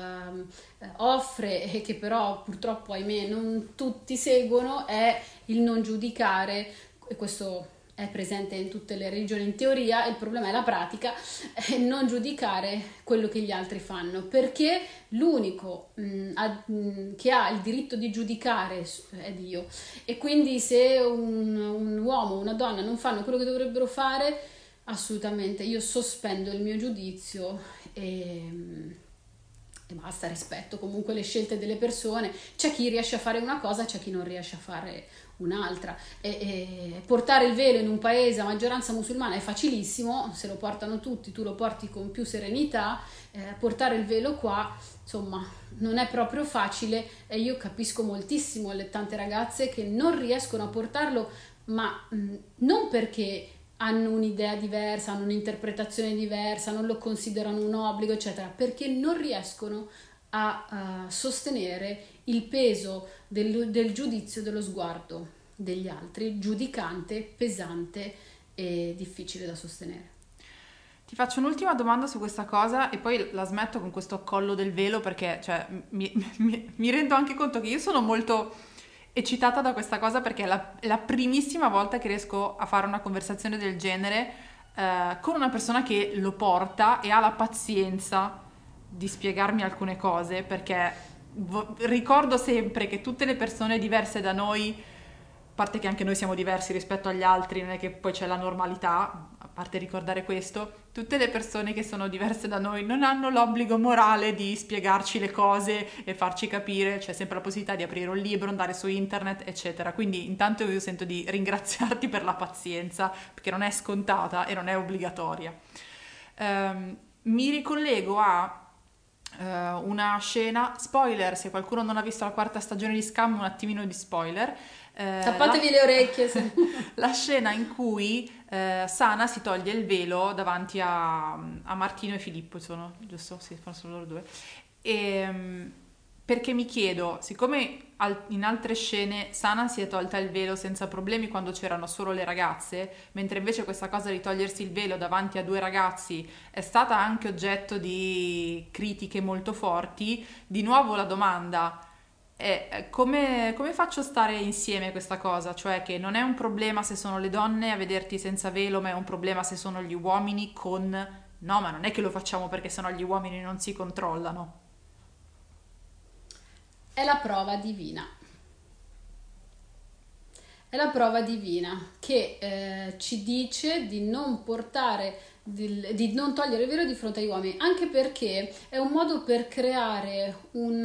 offre e che però purtroppo ahimè non tutti seguono è il non giudicare, e questo è presente in tutte le religioni in teoria, il problema è la pratica, non giudicare quello che gli altri fanno, perché l'unico che ha il diritto di giudicare è Dio, e quindi se un uomo o una donna non fanno quello che dovrebbero fare, assolutamente io sospendo il mio giudizio e basta, rispetto comunque le scelte delle persone. C'è chi riesce a fare una cosa, c'è chi non riesce a fare un'altra, e portare il velo in un paese a maggioranza musulmana è facilissimo, se lo portano tutti, tu lo porti con più serenità. Portare il velo qua insomma non è proprio facile, e io capisco moltissimo le tante ragazze che non riescono a portarlo, ma non perché hanno un'idea diversa, hanno un'interpretazione diversa, non lo considerano un obbligo, eccetera, perché non riescono a sostenere il peso del giudizio, dello sguardo degli altri, giudicante, pesante e difficile da sostenere.
Ti faccio un'ultima domanda su questa cosa e poi la smetto con questo collo del velo, perché cioè, mi rendo anche conto che io sono molto eccitata da questa cosa, perché è la primissima volta che riesco a fare una conversazione del genere con una persona che lo porta e ha la pazienza di spiegarmi alcune cose, perché ricordo sempre che tutte le persone diverse da noi, a parte che anche noi siamo diversi rispetto agli altri, non è che poi c'è la normalità, a parte ricordare questo, tutte le persone che sono diverse da noi non hanno l'obbligo morale di spiegarci le cose e farci capire, c'è sempre la possibilità di aprire un libro, andare su internet, eccetera. Quindi intanto io sento di ringraziarti per la pazienza, perché non è scontata e non è obbligatoria. Mi ricollego a una scena, spoiler, se qualcuno non ha visto la quarta stagione di Scam, un attimino di spoiler.
Tappatevi le orecchie.
La scena in cui Sana si toglie il velo davanti a Martino e Filippo, sono giusto? Sì, sono loro due. Perché mi chiedo, siccome in altre scene Sana si è tolta il velo senza problemi quando c'erano solo le ragazze, mentre invece questa cosa di togliersi il velo davanti a due ragazzi è stata anche oggetto di critiche molto forti, di nuovo la domanda è come faccio a stare insieme questa cosa? Cioè che non è un problema se sono le donne a vederti senza velo, ma è un problema se sono gli uomini con... No, ma non è che lo facciamo perché sennò gli uomini non si controllano.
È la prova divina. È la prova divina che ci dice di non portare, di non togliere il velo di fronte agli uomini, anche perché è un modo per creare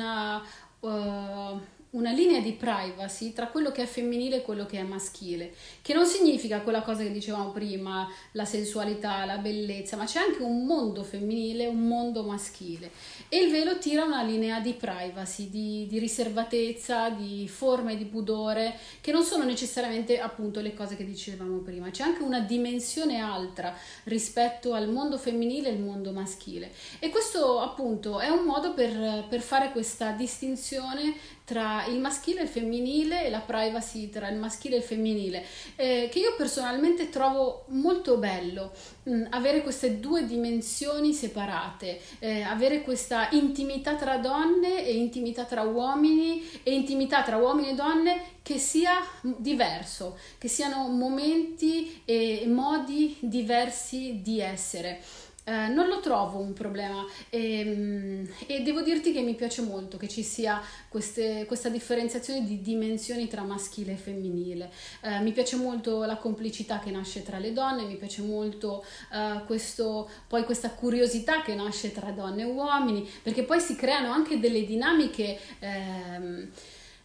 una linea di privacy tra quello che è femminile e quello che è maschile, che non significa quella cosa che dicevamo prima, la sensualità, la bellezza, ma c'è anche un mondo femminile, un mondo maschile, e il velo tira una linea di privacy, di riservatezza, di forme di pudore, che non sono necessariamente appunto le cose che dicevamo prima. C'è anche una dimensione altra rispetto al mondo femminile e al mondo maschile, e questo appunto è un modo per fare questa distinzione tra il maschile e il femminile, e la privacy tra il maschile e il femminile, che io personalmente trovo molto bello, avere queste due dimensioni separate, avere questa intimità tra donne e intimità tra uomini, e intimità tra uomini e donne che sia diverso, che siano momenti e modi diversi di essere. Non lo trovo un problema, e devo dirti che mi piace molto che ci sia questa differenziazione di dimensioni tra maschile e femminile. Mi piace molto la complicità che nasce tra le donne, mi piace molto poi questa curiosità che nasce tra donne e uomini, perché poi si creano anche delle dinamiche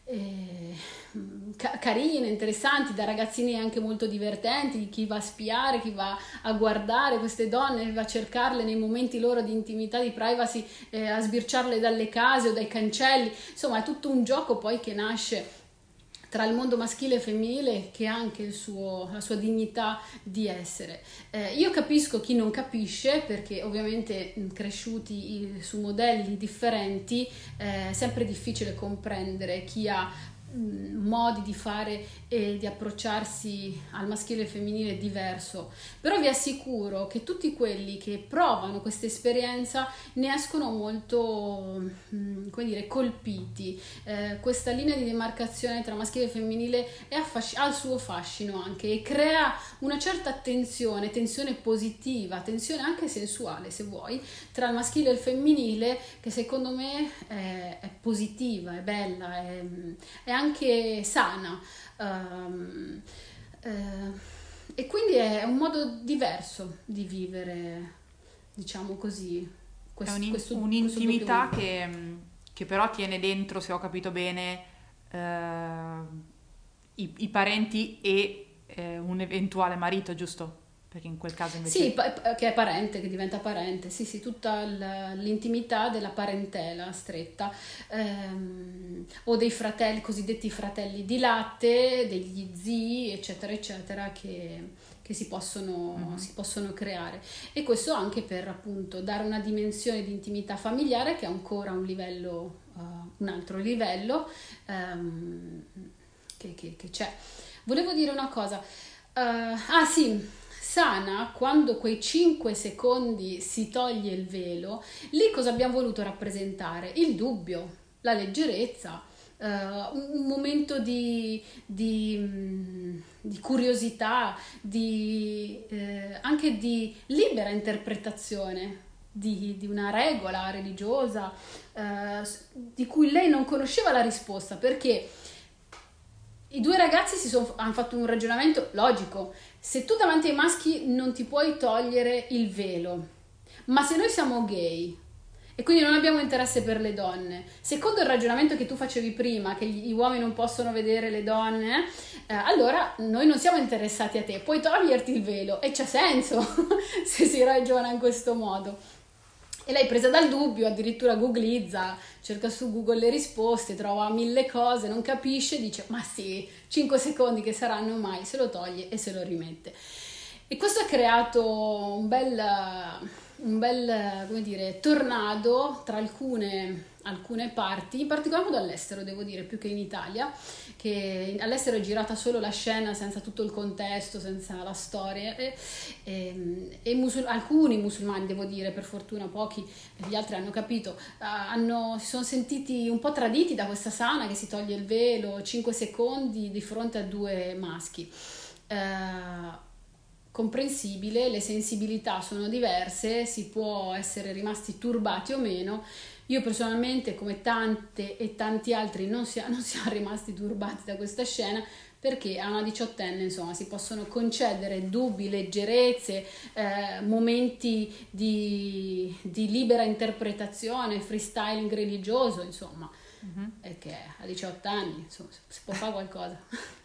carine, interessanti, da ragazzini anche molto divertenti, di chi va a spiare, chi va a guardare queste donne, va a cercarle nei momenti loro di intimità, di privacy, a sbirciarle dalle case o dai cancelli. Insomma, è tutto un gioco poi che nasce tra il mondo maschile e femminile, che ha anche la sua dignità di essere. Io capisco chi non capisce, perché ovviamente cresciuti su modelli differenti è sempre difficile comprendere chi ha modi di fare e di approcciarsi al maschile e femminile diverso, però vi assicuro che tutti quelli che provano questa esperienza ne escono molto, come dire, colpiti. Questa linea di demarcazione tra maschile e femminile ha il suo fascino anche, e crea una certa tensione positiva, tensione anche sensuale se vuoi, tra il maschile e il femminile, che secondo me è positiva, è bella, è anche sana. E quindi è un modo diverso di vivere, diciamo così,
È
questo doppio
un'intimità
mondo.
che però tiene dentro, se ho capito bene, eh, i parenti e un eventuale marito, giusto? Perché in quel caso
Sì,
invece...
che è parente, che diventa parente, sì, sì, tutta l'intimità della parentela stretta, o dei fratelli, cosiddetti fratelli di latte, degli zii, eccetera, eccetera, che
Mhm.
si possono creare. E questo anche per appunto dare una dimensione di intimità familiare che è ancora un livello, un altro livello, ehm, che c'è. Volevo dire una cosa. Ah sì, Sana, quando quei 5 secondi si toglie il velo, lì cosa abbiamo voluto rappresentare? Il dubbio, la leggerezza, un momento di curiosità, anche di libera interpretazione di una regola religiosa, di cui lei non conosceva la risposta, perché i due ragazzi hanno fatto un ragionamento logico. Se tu davanti ai maschi non ti puoi togliere il velo, ma se noi siamo gay e quindi non abbiamo interesse per le donne, secondo il ragionamento che tu facevi prima, che gli uomini non possono vedere le donne, allora noi non siamo interessati a te, puoi toglierti il velo, e c'è senso se si ragiona in questo modo. E lei, presa dal dubbio, addirittura googlizza, cerca su Google le risposte, trova mille cose, non capisce, dice ma sì, 5 secondi che saranno mai, se lo toglie e se lo rimette. E questo ha creato come dire, tornado tra alcune parti, in particolar modo all'estero, devo dire, più che in Italia, che all'estero è girata solo la scena senza tutto il contesto, senza la storia, alcuni musulmani, devo dire, per fortuna pochi, gli altri hanno capito, si sono sentiti un po' traditi da questa Sana che si toglie il velo 5 secondi di fronte a due maschi. Comprensibile, le sensibilità sono diverse, si può essere rimasti turbati o meno. Io personalmente, come tante e tanti altri, non siamo rimasti turbati da questa scena, perché a una diciottenne, insomma, si possono concedere dubbi, leggerezze, momenti di libera interpretazione, freestyling religioso, insomma,
Mhm.
e che a 18 anni, insomma, si può fare qualcosa.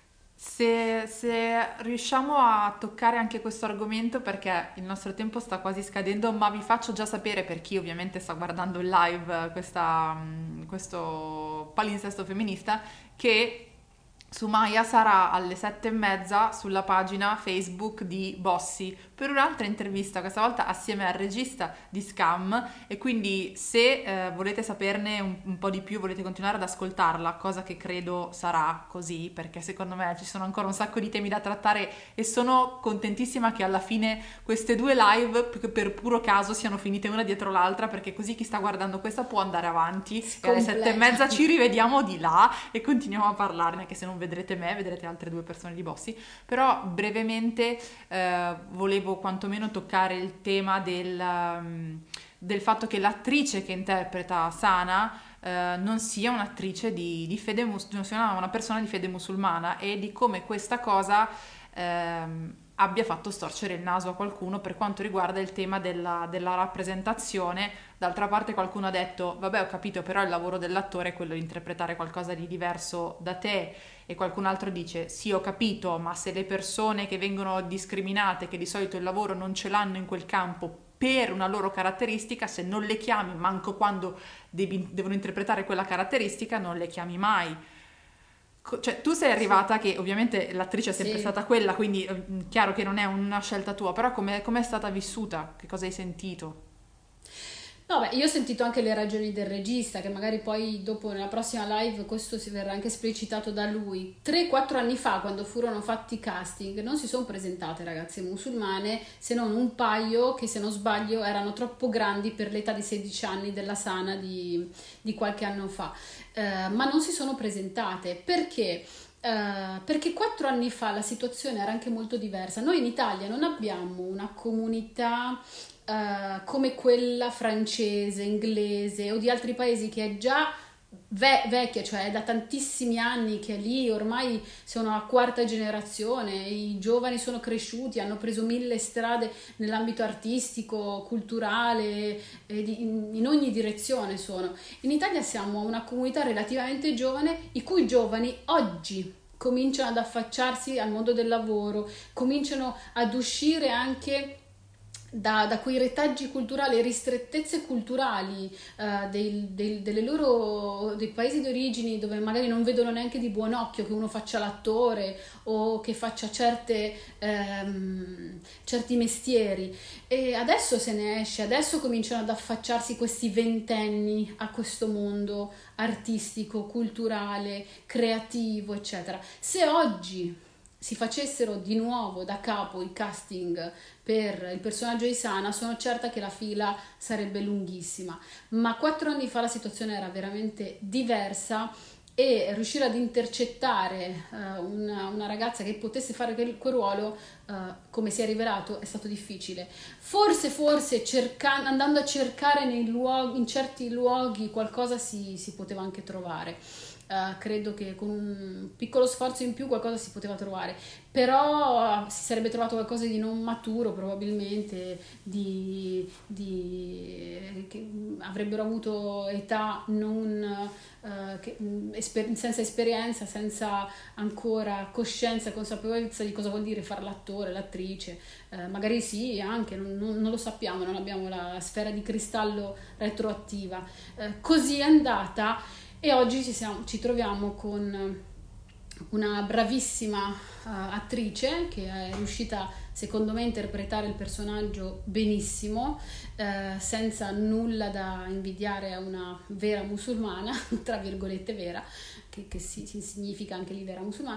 Se riusciamo a toccare anche questo argomento, perché il nostro tempo sta quasi scadendo, ma vi faccio già sapere, per chi ovviamente sta guardando in live questo palinsesto femminista, che su Maya sarà alle 7:30 sulla pagina Facebook di Bossi per un'altra intervista, questa volta assieme al regista di Scam, e quindi se volete saperne un po' di più, volete continuare ad ascoltarla, cosa che credo sarà così, perché secondo me ci sono ancora un sacco di temi da trattare e sono contentissima che alla fine queste due live per puro caso siano finite una dietro l'altra, perché così chi sta guardando questa può andare avanti
Si
e alle sette e
completa.
mezza ci rivediamo di là e continuiamo a parlarne, anche se non vedrete me, vedrete altre due persone di Bossi. Però brevemente volevo quantomeno toccare il tema del fatto che l'attrice che interpreta Sana non sia un'attrice di fede non sia una persona di fede musulmana, e di come questa cosa abbia fatto storcere il naso a qualcuno per quanto riguarda il tema della rappresentazione. D'altra parte qualcuno ha detto, vabbè ho capito, però il lavoro dell'attore è quello di interpretare qualcosa di diverso da te, e qualcun altro dice, sì ho capito, ma se le persone che vengono discriminate, che di solito il lavoro non ce l'hanno in quel campo per una loro caratteristica, se non le chiami, manco quando devono interpretare quella caratteristica, non le chiami mai. Cioè, tu sei
Sì,
arrivata che ovviamente l'attrice è sempre
sì.
stata quella, quindi chiaro che non è una scelta tua, però com'è stata vissuta? Che cosa hai sentito?
No, beh, io ho sentito anche le ragioni del regista, che magari poi dopo nella prossima live questo si verrà anche esplicitato da lui. 3-4 anni fa, quando furono fatti i casting, non si sono presentate ragazze musulmane, se non un paio che, se non sbaglio, erano troppo grandi per l'età di 16 anni della Sana di qualche anno fa. Ma non si sono presentate perché? Perché 4 anni fa la situazione era anche molto diversa. Noi in Italia non abbiamo una comunità come quella francese, inglese o di altri paesi, che è già vecchia, cioè è da tantissimi anni che è lì, ormai sono a quarta generazione, i giovani sono cresciuti, hanno preso mille strade nell'ambito artistico, culturale, in ogni direzione sono. In Italia siamo una comunità relativamente giovane, i cui giovani oggi cominciano ad affacciarsi al mondo del lavoro, cominciano ad uscire anche da quei retaggi culturali, ristrettezze culturali dei paesi di origine, dove magari non vedono neanche di buon occhio che uno faccia l'attore o che faccia certi mestieri. E adesso se ne esce, adesso cominciano ad affacciarsi questi ventenni a questo mondo artistico, culturale, creativo, eccetera. Se oggi si facessero di nuovo da capo il casting per il personaggio di Sana, sono certa che la fila sarebbe lunghissima. Ma 4 anni fa la situazione era veramente diversa, e riuscire ad intercettare una ragazza che potesse fare quel ruolo, come si è rivelato, è stato difficile. Forse andando a cercare in certi luoghi qualcosa si poteva anche trovare. Credo che con un piccolo sforzo in più qualcosa si poteva trovare, però si sarebbe trovato qualcosa di non maturo, probabilmente, che avrebbero avuto età non, senza esperienza, senza ancora coscienza e consapevolezza di cosa vuol dire fare l'attore, l'attrice. Magari sì, anche, non lo sappiamo, non abbiamo la sfera di cristallo retroattiva. Così è andata, e oggi ci troviamo con una bravissima attrice che è riuscita, secondo me, a interpretare il personaggio benissimo, senza nulla da invidiare a una vera musulmana, tra virgolette vera, che si significa anche lì vera musulmana.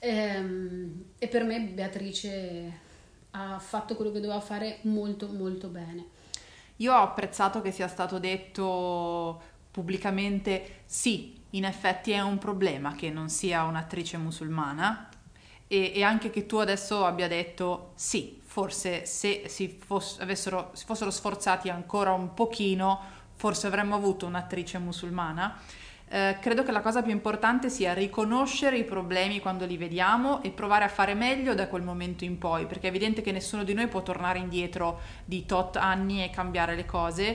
E per me Beatrice ha fatto quello che doveva fare molto molto bene.
Io ho apprezzato che sia stato detto pubblicamente, sì, in effetti è un problema che non sia un'attrice musulmana, e anche che tu adesso abbia detto, sì, forse se si fossero sforzati ancora un pochino, forse avremmo avuto un'attrice musulmana. Credo che la cosa più importante sia riconoscere i problemi quando li vediamo e provare a fare meglio da quel momento in poi, perché è evidente che nessuno di noi può tornare indietro di tot anni e cambiare le cose.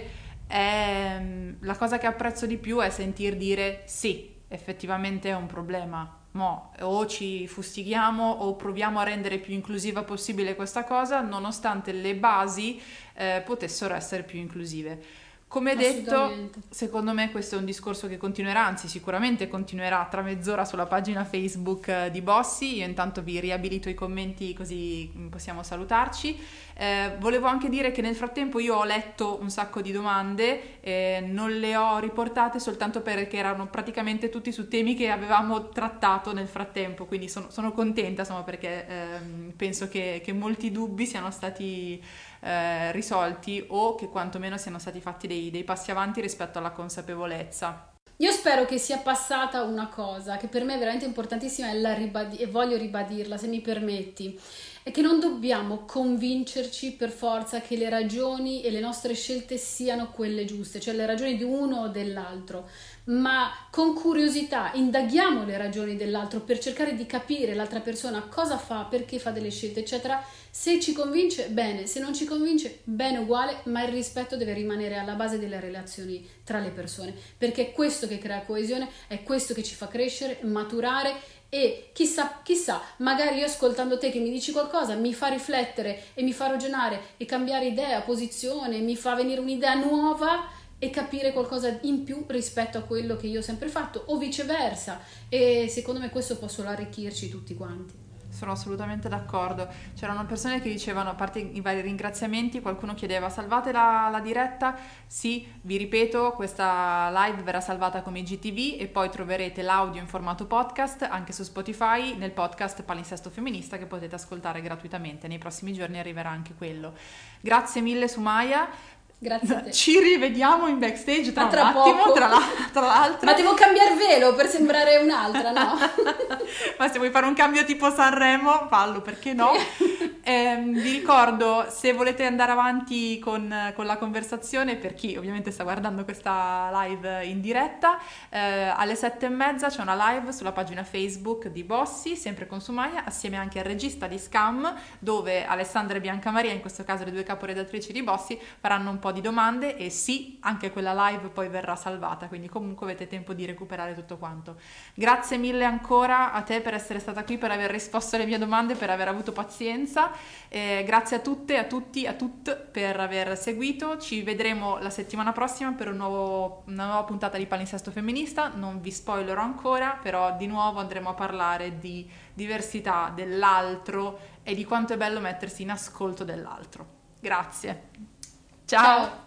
La cosa che apprezzo di più è sentir dire sì, effettivamente è un problema. O ci fustighiamo o proviamo a rendere più inclusiva possibile questa cosa, nonostante le basi potessero essere più inclusive. Come detto,
Assolutamente.
secondo me questo è un discorso che continuerà, anzi sicuramente continuerà tra mezz'ora sulla pagina Facebook di Bossi. Io intanto vi riabilito i commenti così possiamo salutarci. Volevo anche dire che nel frattempo io ho letto un sacco di domande, non le ho riportate soltanto perché erano praticamente tutti su temi che avevamo trattato nel frattempo, quindi sono contenta, insomma, perché penso che molti dubbi siano stati risolti, o che quantomeno siano stati fatti dei passi avanti rispetto alla consapevolezza.
Io spero che sia passata una cosa che per me è veramente importantissima, e voglio ribadirla, se mi permetti. è che non dobbiamo convincerci per forza che le ragioni e le nostre scelte siano quelle giuste, cioè le ragioni di uno o dell'altro, ma con curiosità indaghiamo le ragioni dell'altro per cercare di capire l'altra persona cosa fa, perché fa delle scelte, eccetera. Se ci convince, bene, se non ci convince, bene uguale, ma il rispetto deve rimanere alla base delle relazioni tra le persone, perché è questo che crea coesione, è questo che ci fa crescere, maturare e chissà, magari io ascoltando te che mi dici qualcosa mi fa riflettere e mi fa ragionare e cambiare idea, posizione, mi fa venire un'idea nuova e capire qualcosa in più rispetto a quello che io ho sempre fatto o viceversa, e secondo me questo può solo arricchirci tutti quanti.
Sono assolutamente d'accordo. C'erano persone che dicevano, a parte i vari ringraziamenti, qualcuno chiedeva salvate la diretta. Sì, vi ripeto, questa live verrà salvata come IGTV e poi troverete l'audio in formato podcast anche su Spotify nel podcast Palinsesto Femminista, che potete ascoltare gratuitamente. Nei prossimi giorni arriverà anche quello. Grazie mille Sumaya.
Grazie a te.
Ci rivediamo in backstage tra un
tra
attimo,
poco.
tra l'altro.
Ma devo cambiare velo per sembrare un'altra, no?
Ma se vuoi fare un cambio tipo Sanremo, fallo, perché no? Vi ricordo, se volete andare avanti con la conversazione, per chi ovviamente sta guardando questa live in diretta, alle 7:30 c'è una live sulla pagina Facebook di Bossi, sempre con Sumaya, assieme anche al regista di Scam, dove Alessandra e Biancamaria, in questo caso le due caporedattrici di Bossi, faranno un po' di domande e sì, anche quella live poi verrà salvata, quindi comunque avete tempo di recuperare tutto quanto. Grazie mille ancora a te per essere stata qui, per aver risposto alle mie domande, per aver avuto pazienza. Grazie a tutte, a tutti, a tutte per aver seguito. Ci vedremo la settimana prossima per una nuova puntata di Palinsesto Femminista. Non vi spoilerò ancora, però di nuovo andremo a parlare di diversità dell'altro e di quanto è bello mettersi in ascolto dell'altro. Grazie. Ciao.